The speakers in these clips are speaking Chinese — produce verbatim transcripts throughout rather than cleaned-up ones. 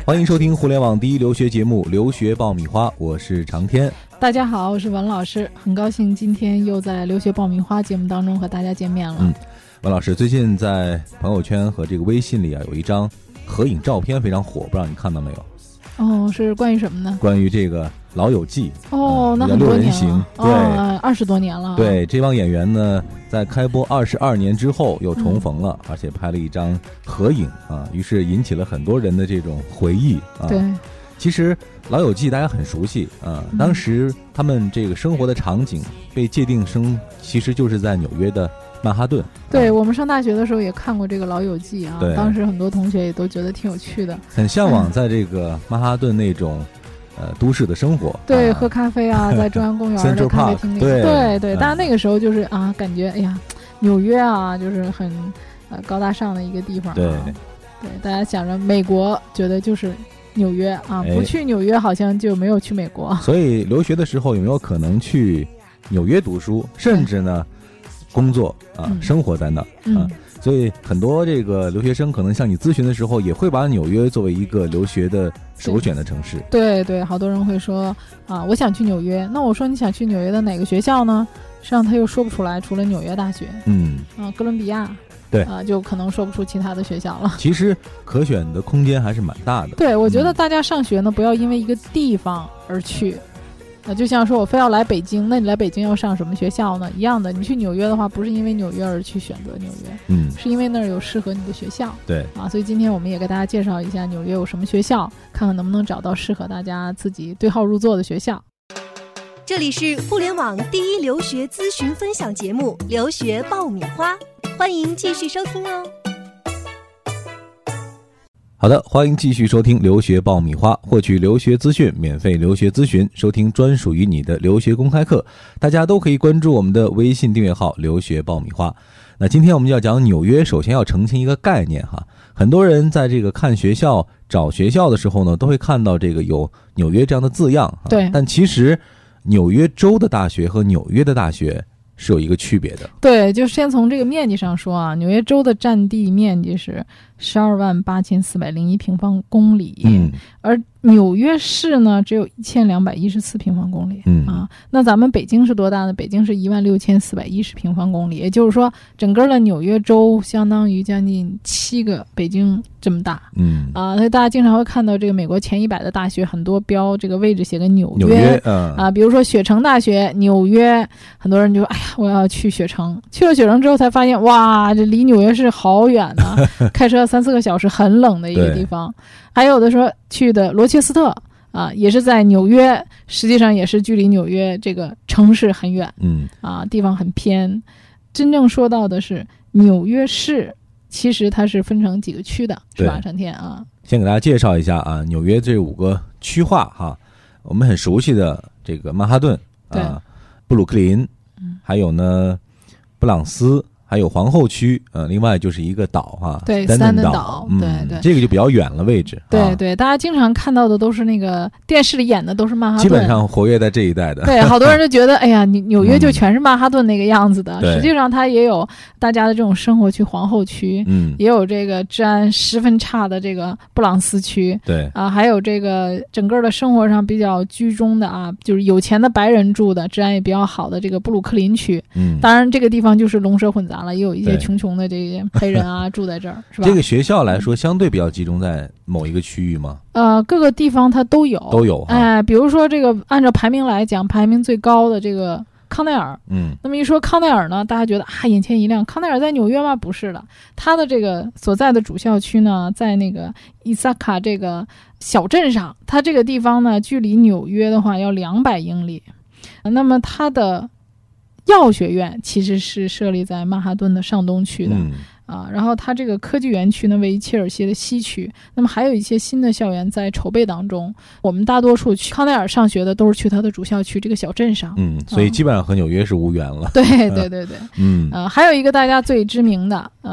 欢迎收听互联网第一留学节目《留学爆米花》，我是长天。 大家好，我是文老师，很高兴今天又在留学爆米花节目当中和大家见面了。 嗯，文老师最近在朋友圈和这个微信里啊，有一张合影照片非常火，不知道你看到没有？ 哦，是关于什么呢？ 关于这个老友记。 哦， 嗯、 那很多年了。 六人行，对， 哦，二十多年了。 对，这帮演员呢，在开播二十二年之后又重逢了，嗯、而且拍了一张合影啊，于是引起了很多人的这种回忆啊。 对， 其实老友记大家很熟悉啊，当时他们这个生活的场景被界定生，其实就是在纽约的曼哈顿。 对、嗯、我们上大学的时候也看过这个老友记啊，当时很多同学也都觉得挺有趣的， 很向往在这个曼哈顿那种、嗯、呃都市的生活。 对、 啊、 喝咖啡啊，在中央公园的咖啡厅里。 对对对，当然那个时候就是啊，感觉哎呀，纽约啊，就是很呃高大上的一个地方、啊。 对对，大家想着美国，觉得就是纽约啊，不去纽约好像就没有去美国。 所以留学的时候有没有可能去纽约读书，甚至呢工作啊、嗯、生活在那儿、 嗯、 啊？所以很多这个留学生可能向你咨询的时候，也会把纽约作为一个留学的首选的城市。 对 对, 对，好多人会说啊，我想去纽约。那我说你想去纽约的哪个学校呢？实际上他又说不出来，除了纽约大学， 嗯啊，哥伦比亚。 对啊，就可能说不出其他的学校了。 其实可选的空间还是蛮大的。 对，我觉得大家上学呢，不要因为一个地方而去。啊，就像说我非要来北京，那你来北京要上什么学校呢？一样的，你去纽约的话，不是因为纽约而去选择纽约， 嗯， 是因为那儿有适合你的学校。 对啊，所以今天我们也给大家介绍一下纽约有什么学校，看看能不能找到适合大家自己对号入座的学校。 这里是互联网第一留学咨询分享节目《留学爆米花》，欢迎继续收听哦。 好的，欢迎继续收听留学爆米花，获取留学资讯，免费留学咨询，收听专属于你的留学公开课。大家都可以关注我们的微信订阅号留学爆米花。那今天我们要讲纽约，首先要澄清一个概念哈，很多人在这个看学校找学校的时候呢，都会看到这个有纽约这样的字样， 对， 但其实纽约州的大学和纽约的大学是有一个区别的。 对，就先从这个面积上说啊，纽约州的占地面积是十二万八千四百零一平方公里， 嗯， 而纽约市呢只有一千两百一十四平方公里， 嗯啊，那咱们北京是多大呢？北京是一万六千四百一十平方公里，也就是说，整个的纽约州相当于将近七个北京这么大， 嗯啊，所以大家经常会看到这个美国前一百的大学，很多标这个位置写个纽约， 纽约，嗯啊，比如说雪城大学，纽约，很多人就哎呀，我要去雪城，去了雪城之后才发现，哇，这离纽约市好远呢、啊，开车三四个小时，很冷的一个地方。还有的说去的罗切斯特啊，也是在纽约，实际上也是距离纽约这个城市很远， 嗯啊，地方很偏。真正说到的是纽约市，其实它是分成几个区的，是吧，陈天啊？ 先给大家介绍一下啊，纽约这五个区划哈，我们很熟悉的这个曼哈顿啊，布鲁克林，还有呢布朗斯。还有皇后区，呃，另外就是一个岛哈， 对， 丹登岛，岛嗯、对对， 这个就比较远了位置， 对、 啊、 对，大家经常看到的都是那个电视里演的都是曼哈顿， 基本上活跃在这一带的， 对，好多人就觉得，哎呀，纽纽约就全是曼哈顿那个样子的， 嗯、 实际上它也有大家的这种生活区，皇后区， 嗯， 也有这个治安十分差的这个布朗斯区， 对啊，还有这个整个的生活上比较居中的啊，就是有钱的白人住的，治安也比较好的这个布鲁克林区， 嗯， 当然这个地方就是龙蛇混杂了，也有一些穷穷的这些黑人啊住在这儿，是吧？ 这个学校来说，相对比较集中在某一个区域吗？ 呃，各个地方它都有， 都有。 哎、呃，比如说这个按照排名来讲，排名最高的这个康奈尔， 嗯， 那么一说康奈尔呢，大家觉得啊，眼前一亮，康奈尔在纽约吗？不是的，它的这个所在的主校区呢，在那个伊萨卡这个小镇上，它这个地方呢，距离纽约的话要两百英里，那么它的药学院其实是设立在曼哈顿的上东区的、 嗯、 啊，然后它这个科技园区呢位于切尔西的西区，那么还有一些新的校园在筹备当中。我们大多数去康奈尔上学的都是去它的主校区这个小镇上， 嗯，所以基本上和纽约是无缘了。 对对对对， 嗯， 呃，还有一个大家最知名的，呃，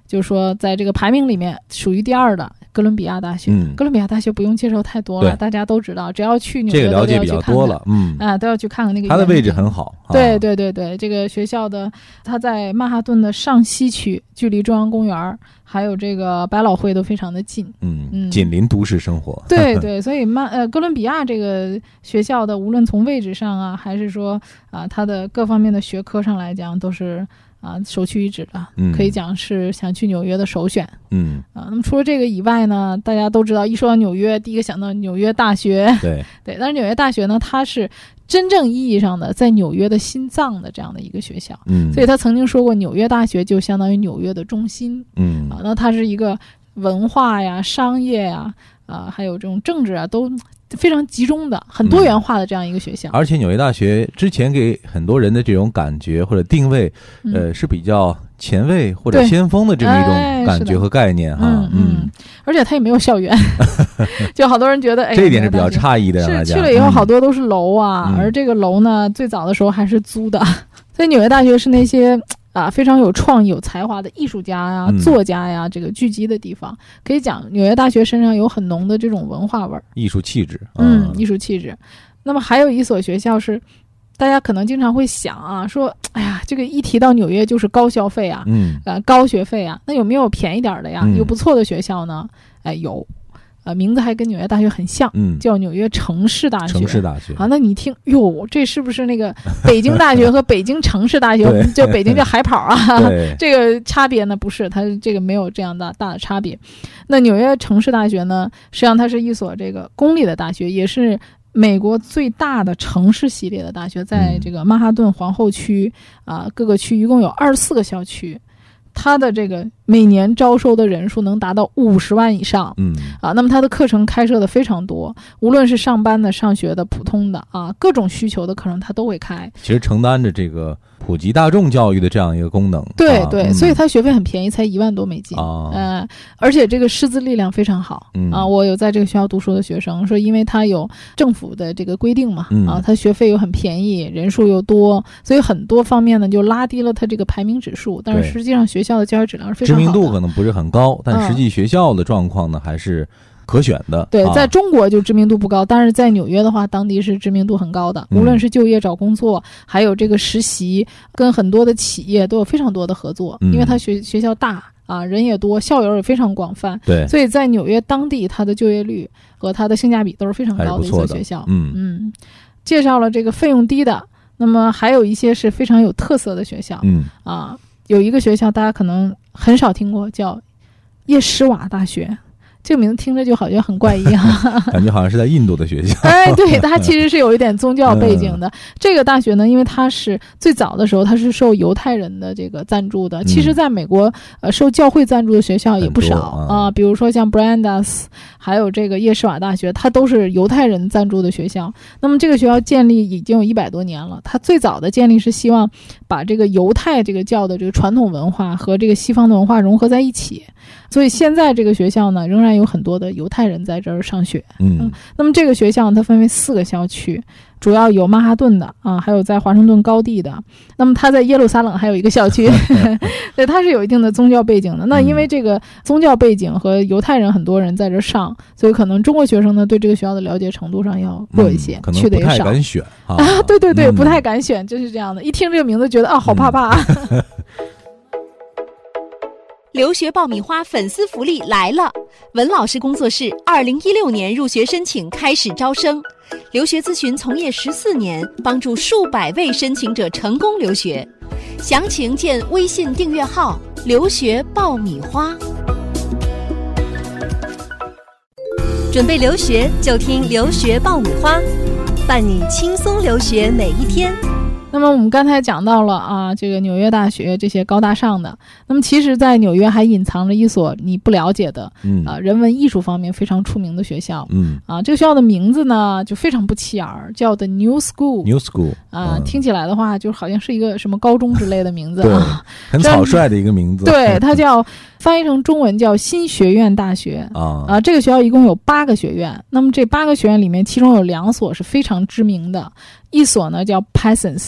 就是说在这个排名里面属于第二的哥伦比亚大学。 嗯， 哥伦比亚大学不用介绍太多了，大家都知道，只要去纽约这个了解比较多了，嗯啊，都要去看看那个。 它的位置很好。啊、 对对对对，这个学校的它在曼哈顿的上西区，距离中央公园还有这个百老汇都非常的近。 嗯嗯，紧邻都市生活。 对对，所以曼呃哥伦比亚这个学校的无论从位置上啊，还是说啊它的各方面的学科上来讲，都是啊首屈一指的， 嗯、 可以讲是想去纽约的首选。 嗯啊，那么除了这个以外呢，大家都知道，一说到纽约，第一个想到纽约大学。 对对，但是纽约大学呢，它是真正意义上的在纽约的心脏的这样的一个学校。 嗯， 所以他曾经说过，纽约大学就相当于纽约的中心。 嗯啊，那它是一个文化呀、商业呀，啊，还有这种政治啊，都非常集中的、很多元化的这样一个学校。 嗯、而且纽约大学之前给很多人的这种感觉或者定位， 嗯、 呃，是比较前卫或者先锋的这么一种感觉和概念哈。 哎、嗯嗯，而且它也没有校园，就好多人觉得哎， 这一点是比较诧异的。 是去了以后好多都是楼啊，嗯、而这个楼呢，最早的时候还是租的。所以纽约大学是那些啊非常有创意、有才华的艺术家呀、 嗯、 作家呀，这个聚集的地方。可以讲，纽约大学身上有很浓的这种文化味儿、 艺术气质。 嗯，艺术气质。那么还有一所学校是，大家可能经常会想啊，说，哎呀，这个一提到纽约就是高消费啊， 嗯， 呃，高学费啊，那有没有便宜点的呀？ 嗯、 有不错的学校呢？哎，有。呃，名字还跟纽约大学很像， 嗯， 叫纽约城市大学。 城市大学啊，那你听哟，这是不是那个北京大学和北京城市大学？就北京叫海跑啊，这个差别呢不是，它这个没有这样大大的差别。那纽约城市大学呢，实际上它是一所这个公立的大学，也是美国最大的城市系列的大学，在这个曼哈顿皇后区啊、呃，各个区一共有二十四个校区。它的这个每年招收的人数能达到五十万以上， 嗯啊，那么它的课程开设的非常多，无论是上班的、上学的、普通的啊，各种需求的课程它都会开。 其实承担着这个普及大众教育的这样一个功能。 对对， 啊嗯、 所以它学费很便宜，才一万多美金啊， 呃，而且这个师资力量非常好、 嗯、 啊。我有在这个学校读书的学生说，因为它有政府的这个规定嘛， 嗯、 啊，它学费又很便宜，人数又多，所以很多方面呢就拉低了它这个排名指数。但是实际上学校的教育质量是非常好的， 知名度可能不是很高，但实际学校的状况呢、嗯、还是可选的。 对、 啊， 在中国就知名度不高，但是在纽约的话，当地是知名度很高的。无论是就业找工作，嗯、还有这个实习，跟很多的企业都有非常多的合作， 嗯、 因为它学学校大啊，人也多，校友也非常广泛。 对， 所以在纽约当地，它的就业率和它的性价比都是非常高的一所学校。 嗯嗯，介绍了这个费用低的，那么还有一些是非常有特色的学校。 嗯啊，有一个学校大家可能很少听过，叫叶施瓦大学。这个名字听着就好像很怪异啊， 感觉好像是在印度的学校。 哎，对，它其实是有一点宗教背景的。嗯、这个大学呢，因为它是最早的时候，它是受犹太人的这个赞助的。嗯、其实，在美国，呃，受教会赞助的学校也不少啊、呃，比如说像 Brandeis， 还有这个叶施瓦大学，它都是犹太人赞助的学校。那么，这个学校建立已经有一百多年了。它最早的建立是希望把这个犹太这个教的这个传统文化和这个西方的文化融合在一起。所以现在这个学校呢，仍然有很多的犹太人在这儿上学。 嗯，嗯那么这个学校它分为四个校区，主要有曼哈顿的啊，还有在华盛顿高地的。那么它在耶路撒冷还有一个校区，对，它是有一定的宗教背景的。那因为这个宗教背景和犹太人很多人在这上，所以可能中国学生呢对这个学校的了解程度上要弱一些， 嗯、 去的也少。 不太敢选 啊, 啊，对对对， 嗯、 不太敢选，就是这样的。一听这个名字，觉得啊，好怕怕。 嗯留学爆米花粉丝福利来了！文老师工作室二零一六年入学申请开始招生，留学咨询从业十四年，帮助数百位申请者成功留学。详情见微信订阅号“留学爆米花”。准备留学就听留学爆米花，伴你轻松留学每一天。 那么我们刚才讲到了啊，这个纽约大学这些高大上的，那么其实在纽约还隐藏着一所你不了解的， 嗯啊，人文艺术方面非常出名的学校， 嗯啊，这个学校的名字呢就非常不起眼儿，叫 The New School。New School 啊、 嗯， 听起来的话就好像是一个什么高中之类的名字啊， 很草率的一个名字。 对，它叫翻译成中文叫新学院大学啊啊。这个学校一共有八个学院，那么这八个学院里面，其中有两所是非常知名的，一所呢叫 Parsons。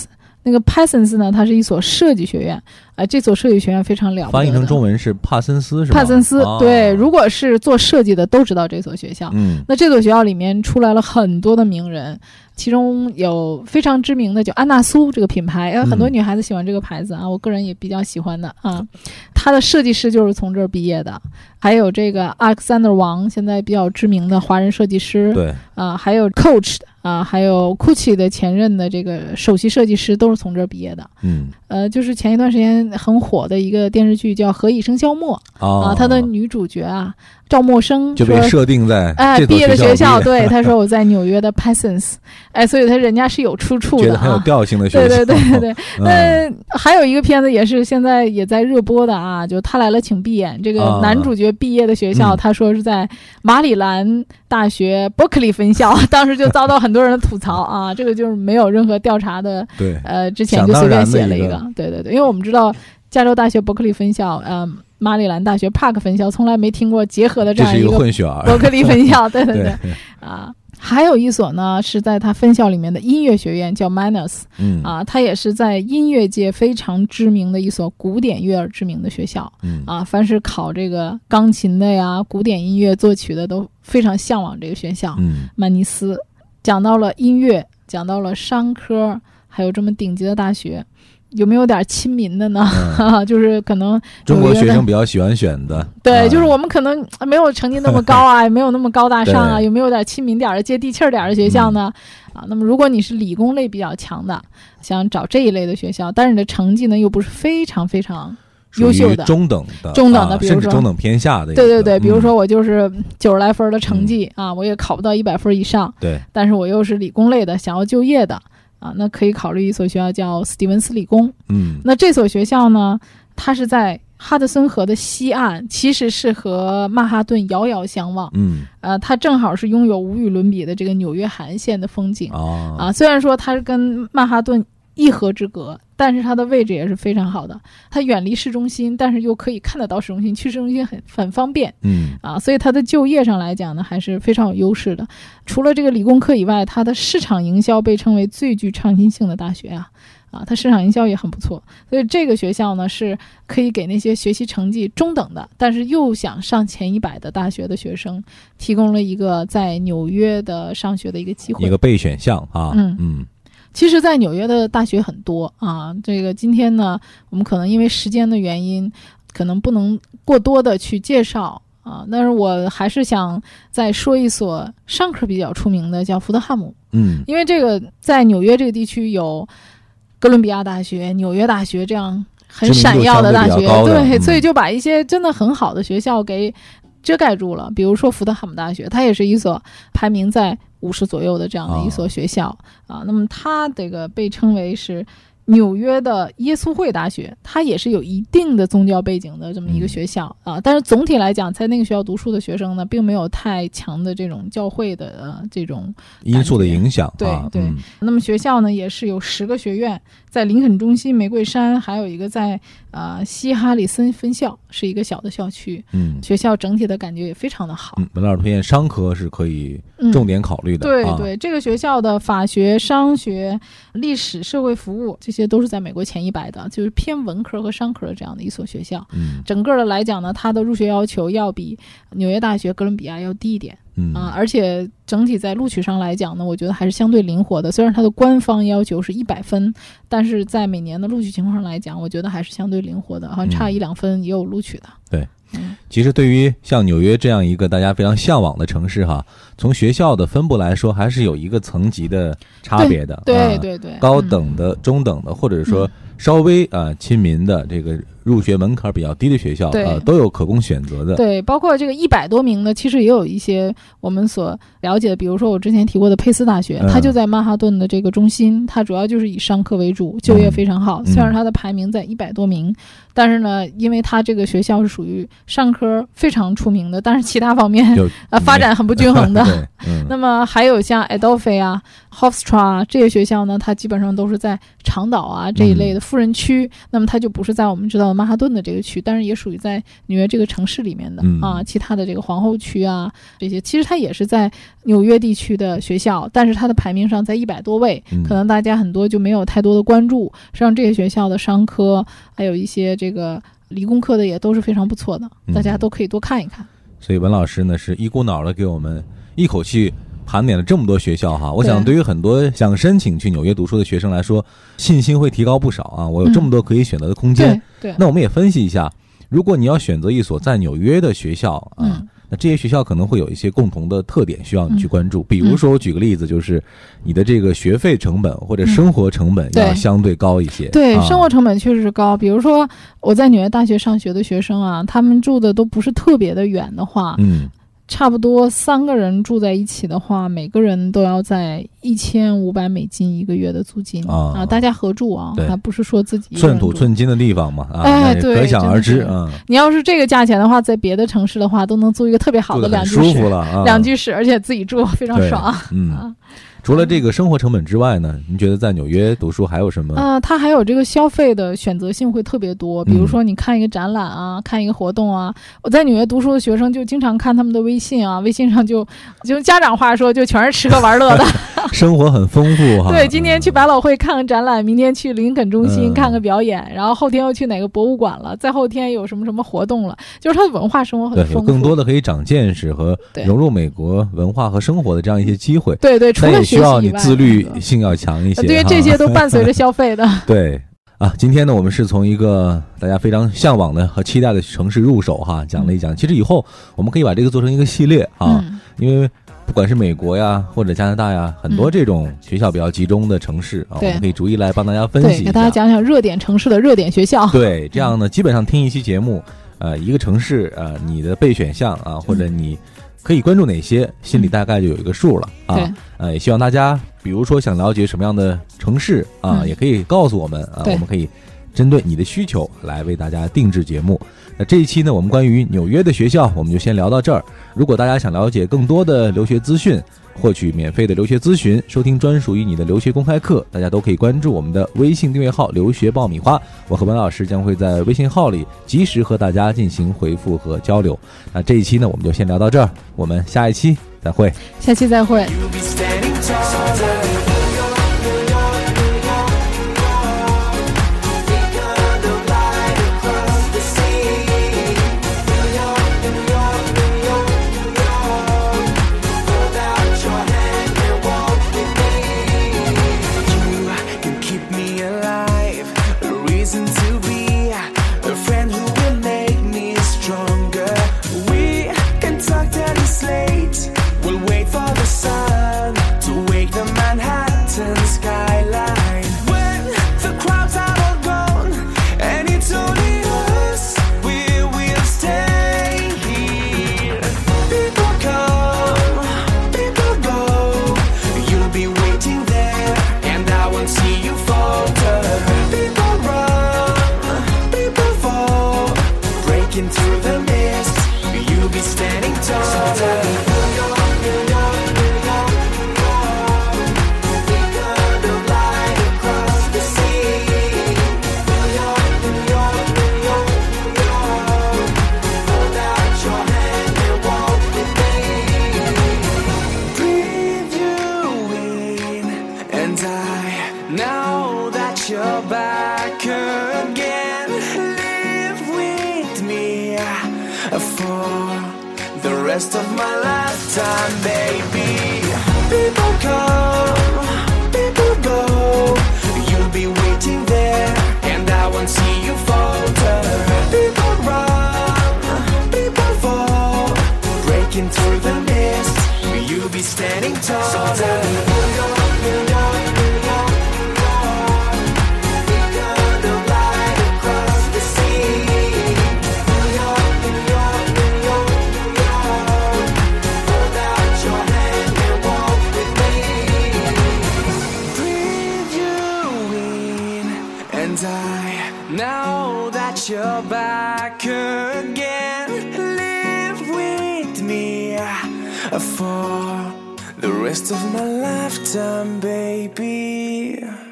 那个 Parsons 呢，它是一所设计学院，呃，这所设计学院非常了不得的。 翻译成中文是帕森斯是吧？ 帕森斯、 哦、 对，如果是做设计的都知道这所学校。 嗯， 那这所学校里面出来了很多的名人，其中有非常知名的叫安娜苏这个品牌，呃，很多女孩子喜欢这个牌子啊，我个人也比较喜欢的啊。它的设计师就是从这儿毕业的，还有这个 Alexander Wang 现在比较知名的华人设计师， 对啊，还有 Coach 啊，还有 Gucci 的前任的这个首席设计师都是从这儿毕业的。 嗯， 呃，就是前一段时间很火的一个电视剧叫《何以笙箫默》 哦、 啊，它的女主角啊赵默笙就被设定在哎毕业的学校，对，他说我在纽约的 Parsons， 哎，所以他人家是有出处的、啊， 觉得很有调性的学校。 对对对对，那、 嗯、 还有一个片子也是现在也在热播的啊，就他来了请闭眼，这个男主角毕业的学校，啊、他说是在马里兰大学伯克利分校，嗯、当时就遭到很多人的吐槽啊，这个就是没有任何调查的， 对， 呃，之前就随便写了一个，对对对，因为我们知道加州大学伯克利分校，嗯、呃。马里兰大学帕克分校从来没听过结合的这样一个混血儿伯克利分校，对对对，啊，还有一所呢是在他分校里面的音乐学院叫 Manus， 嗯啊，它也是在音乐界非常知名的一所古典乐而知名的学校， 嗯啊，凡是考这个钢琴的呀、古典音乐作曲的都非常向往这个学校。 嗯， 曼尼斯讲到了音乐，讲到了商科，还有这么顶级的大学。有没有点亲民的呢？嗯、就是可能中国学生比较喜欢选的， 对， 啊、 就是我们可能没有成绩那么高啊，也没有那么高大上啊，有没有点亲民点的、接地气儿点的学校呢？嗯、啊，那么如果你是理工类比较强的，想找这一类的学校，但是你的成绩呢又不是非常非常优秀的， 中等的， 中等的， 啊、 比如说甚至中等偏下的， 对对对， 嗯、 比如说我就是九十来分的成绩、嗯、啊，我也考不到一百分以上， 对， 但是我又是理工类的，想要就业的。啊，那可以考虑一所学校叫史蒂文斯理工。 嗯， 那这所学校呢，它是在哈德森河的西岸，其实是和曼哈顿遥遥相望。 嗯， 呃，它正好是拥有无与伦比的这个纽约海岸线的风景。 哦、 啊，虽然说它是跟曼哈顿一河之隔，但是它的位置也是非常好的，它远离市中心，但是又可以看得到市中心，去市中心很很方便。 嗯， 啊，所以它的就业上来讲呢，还是非常有优势的。除了这个理工科以外，它的市场营销被称为最具创新性的大学啊，啊，它市场营销也很不错。所以这个学校呢，是可以给那些学习成绩中等的，但是又想上前一百的大学的学生，提供了一个在纽约的上学的一个机会， 一个备选项啊。 嗯嗯。 其实在纽约的大学很多啊，这个今天呢我们可能因为时间的原因可能不能过多的去介绍啊，但是我还是想再说一所商科比较出名的叫福德汉姆。 嗯， 因为这个在纽约这个地区有哥伦比亚大学、纽约大学这样很闪耀的大学，对、嗯、所以就把一些真的很好的学校给遮盖住了。比如说福德汉姆大学，它也是一所排名在五十左右的这样的一所学校、哦、啊，那么它这个被称为是纽约的耶稣会大学，它也是有一定的宗教背景的这么一个学校、嗯、啊，但是总体来讲，在那个学校读书的学生呢，并没有太强的这种教会的、呃、这种因素的影响。 对对、 嗯， 那么学校呢也是有十个学院，在林肯中心、玫瑰山，还有一个在呃西哈里森分校，是一个小的校区。 嗯， 学校整体的感觉也非常的好。 嗯，文老师推荐商科是可以重点考虑的。 嗯、对、 啊、 对，这个学校的法学、商学、历史、社会服务这些都是在美国前一百的，就是偏文科和商科的这样的一所学校。 嗯， 整个的来讲呢，它的入学要求要比纽约大学、哥伦比亚要低一点。 嗯啊，而且整体在录取上来讲呢，我觉得还是相对灵活的。虽然它的官方要求是一百分，但是在每年的录取情况上来讲，我觉得还是相对灵活的，好像差一两分也有录取的。 对， 嗯， 其实对于像纽约这样一个大家非常向往的城市哈，从学校的分布来说，还是有一个层级的差别的。 对、 啊、 对 对, 对， 高等的、嗯、中等的，或者说稍微啊、呃、亲民的这个入学门槛比较低的学校，呃，都有可供选择的。 对，包括这个一百多名的，其实也有一些我们所了解的，比如说我之前提过的佩斯大学， 嗯、 它就在曼哈顿的这个中心，它主要就是以商科为主，就业非常好。 嗯、 虽然它的排名在一百多名、嗯，但是呢，因为它这个学校是属于商科非常出名的，但是其他方面呃发展很不均衡的。 嗯、 那么还有像 Adelphi 啊， Hofstra 这些学校呢，它基本上都是在长岛啊这一类的富人区、嗯、那么它就不是在我们知道的曼哈顿的这个区，但是也属于在纽约这个城市里面的、嗯、啊。其他的这个皇后区啊这些，其实它也是在纽约地区的学校，但是它的排名上在一百多位、嗯、可能大家很多就没有太多的关注。实际上这些学校的商科还有一些这个理工科的也都是非常不错的、嗯、大家都可以多看一看。 所以文老师呢是一股脑的给我们一口气盘点了这么多学校哈，我想对于很多想申请去纽约读书的学生来说，信心会提高不少啊！我有这么多可以选择的空间。 嗯、对, 对， 那我们也分析一下，如果你要选择一所在纽约的学校啊，嗯、那这些学校可能会有一些共同的特点需要你去关注。嗯、比如说，我举个例子，就是你的这个学费成本或者生活成本要相对高一些。 嗯、对, 对、啊，生活成本确实是高。比如说我在纽约大学上学的学生啊，他们住的都不是特别的远的话，嗯。差不多三个人住在一起的话，每个人都要在一千五百美金一个月的租金 啊, 啊，大家合住啊，还不是说自己寸土寸金的地方嘛啊， 哎，对， 可想而知啊。 你要是这个价钱的话，在别的城市的话，都能租一个特别好的两居室， 舒服了啊， 两居室，而且自己住非常爽。 嗯。啊除了这个生活成本之外呢，您觉得在纽约读书还有什么？ 啊、呃，它还有这个消费的选择性会特别多，比如说你看一个展览啊，嗯、看一个活动啊。我在纽约读书的学生就经常看他们的微信啊，微信上就就家长话说就全是吃喝玩乐的， 生活很丰富哈。 对，今天去百老汇看个展览，明天去林肯中心看个表演，嗯、然后后天又去哪个博物馆了，再后天有什么什么活动了，就是他的文化生活很丰富， 对，有更多的可以长见识和融入美国文化和生活的这样一些机会。 对对，除了学习以外， 需要你自律性要强一些， 对，这些都伴随着消费的。 对啊，今天呢，我们是从一个大家非常向往的和期待的城市入手哈，讲了一讲。其实以后我们可以把这个做成一个系列啊，嗯、因为不管是美国呀或者加拿大呀，很多这种学校比较集中的城市啊，我们可以逐一来帮大家分析一下， 给大家讲讲热点城市的热点学校。 对，这样呢，基本上听一期节目，呃，一个城市呃，你的备选项啊，或者你可以关注哪些，心里大概就有一个数了啊。 对， 呃，也希望大家，比如说想了解什么样的城市啊，嗯、也可以告诉我们啊，我们可以针对你的需求来为大家定制节目。那这一期呢，我们关于纽约的学校，我们就先聊到这儿。如果大家想了解更多的留学资讯，获取免费的留学咨询，收听专属于你的留学公开课，大家都可以关注我们的微信订阅号留学爆米花，我和文老师将会在微信号里及时和大家进行回复和交流。那这一期呢，我们就先聊到这儿，我们下一期再会。 下期再会。 Rest of my lifetime, baby. People come, people go. You'll be waiting there, and I won't see you falter. People run, people fall, breaking through the mist. You'll be standing taller. Now that you're back again, live with me for the rest of my lifetime, baby.